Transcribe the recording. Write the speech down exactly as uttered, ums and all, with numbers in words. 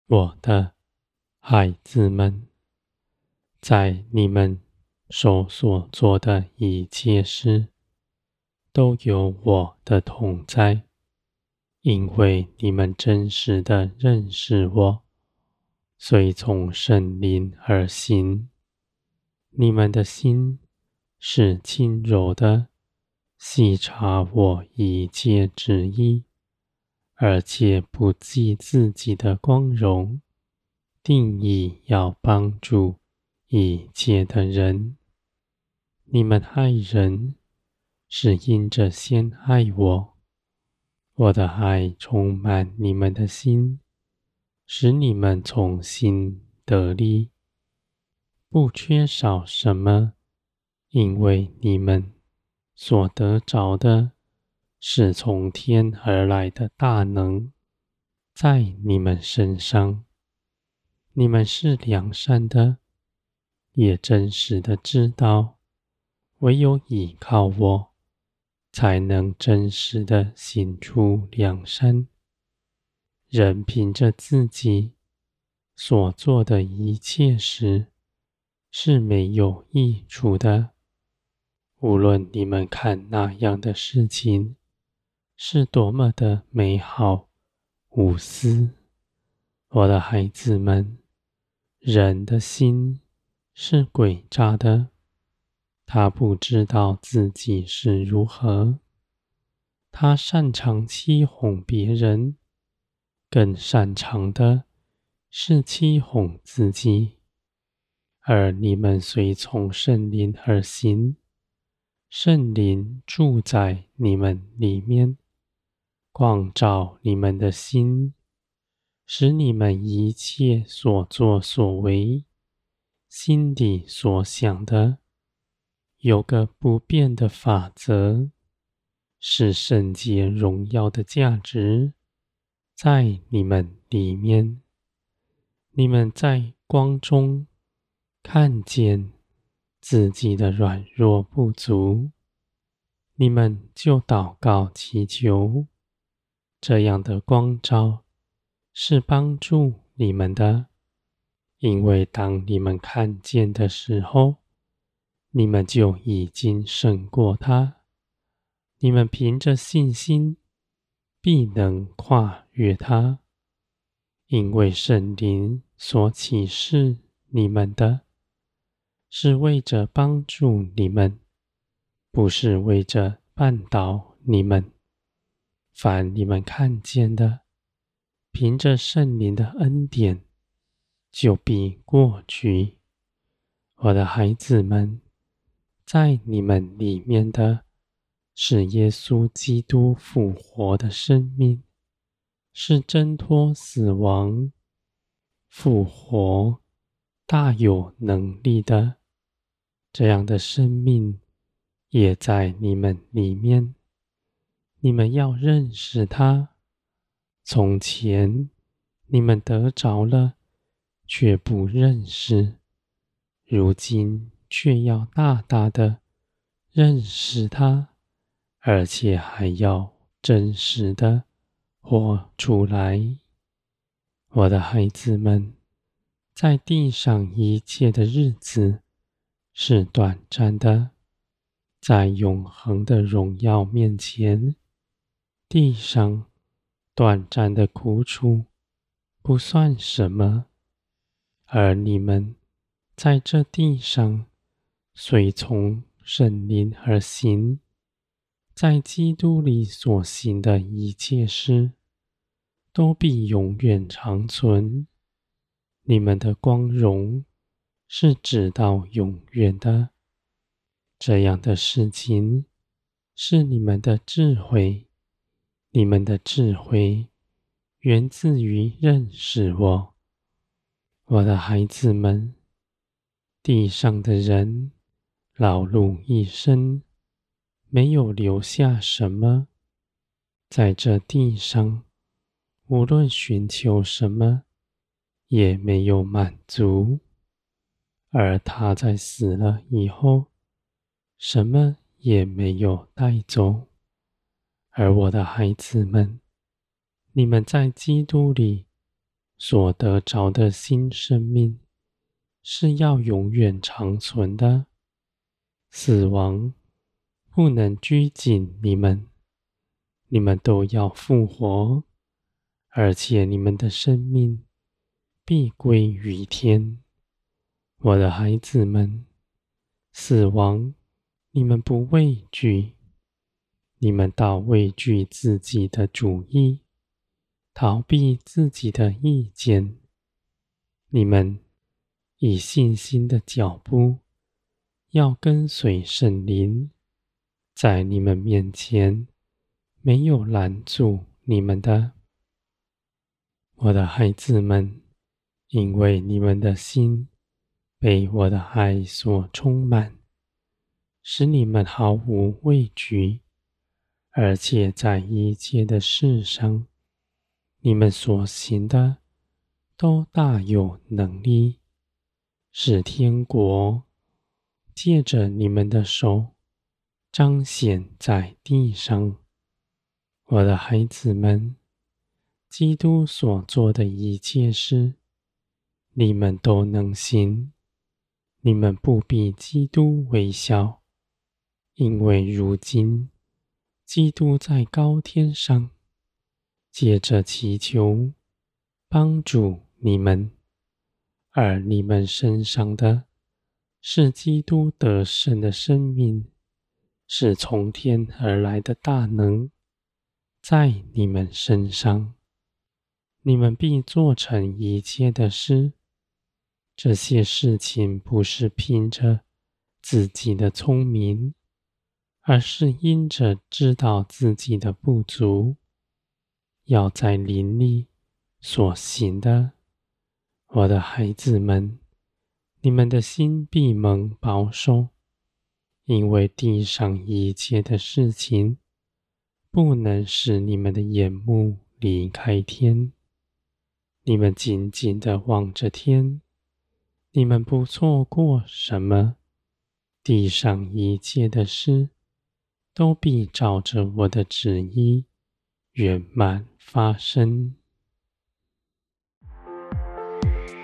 我的孩子们，在你们手所做的一切事，都有我的同在，因为你们真实的认识我，随从圣灵而行。你们的心是轻柔的，细察我一切旨意，而且不计自己的光荣，定义要帮助一切的人。你们爱人，是因着先爱我，我的爱充满你们的心，使你们从心得力，不缺少什么，因为你们所得着的是从天而来的大能，在你们身上。你们是良善的，也真实的知道，唯有倚靠我，才能真实的行出良善。人凭着自己所做的一切事，是没有益处的。无论你们看那样的事情是多么的美好无私，我的孩子们，人的心是诡诈的，他不知道自己是如何，他擅长欺哄别人，更擅长的是欺哄自己。而你们随从圣灵而行，圣灵住在你们里面，光照你们的心，使你们一切所作所为，心底所想的，有个不变的法则，是圣洁荣耀的价值，在你们里面。你们在光中看见自己的软弱不足，你们就祷告祈求，这样的光照是帮助你们的，因为当你们看见的时候，你们就已经胜过它。你们凭着信心必能跨越它，因为圣灵所启示你们的，是为着帮助你们，不是为着绊倒你们。凡你们看见的，凭着圣灵的恩典，就必过去。我的孩子们，在你们里面的是耶稣基督复活的生命，是挣脱死亡、复活、大有能力的。这样的生命也在你们里面。你们要认识它。从前你们得着了，却不认识，如今却要大大的认识它，而且还要真实的活出来。我的孩子们，在地上一切的日子是短暂的，在永恒的荣耀面前，地上短暂的苦楚不算什么，而你们在这地上随从圣灵而行，在基督里所行的一切事，都必永远长存。你们的光荣是直到永远的。这样的事情是你们的智慧，你们的智慧源自于认识我。我的孩子们，地上的人劳碌一生，没有留下什么，在这地上无论寻求什么，也没有满足。而他在死了以后，什么也没有带走。而我的孩子们，你们在基督里所得着的新生命是要永远长存的。死亡不能拘谨你们，你们都要复活，而且你们的生命必归于天。我的孩子们，死亡你们不畏惧，你们倒畏惧自己的主意，逃避自己的意见。你们以信心的脚步，要跟随圣灵，在你们面前没有拦阻你们的。我的孩子们，因为你们的心被我的爱所充满，使你们毫无畏惧，而且在一切的事上，你们所行的都大有能力，使天国借着你们的手彰显在地上。我的孩子们，基督所做的一切事，你们都能行。你们不比基督微小，因为如今基督在高天上，借着祈求帮助你们，而你们身上的是基督得胜的生命，是从天而来的大能，在你们身上，你们必做成一切的事。这些事情不是凭着自己的聪明，而是因着知道自己的不足，要在灵里所行的。我的孩子们，你们的心必蒙保守，因为地上一切的事情不能使你们的眼目离开天。你们紧紧地望着天，你们不错过什么。地上一切的事都必照着我的旨意圆满发生。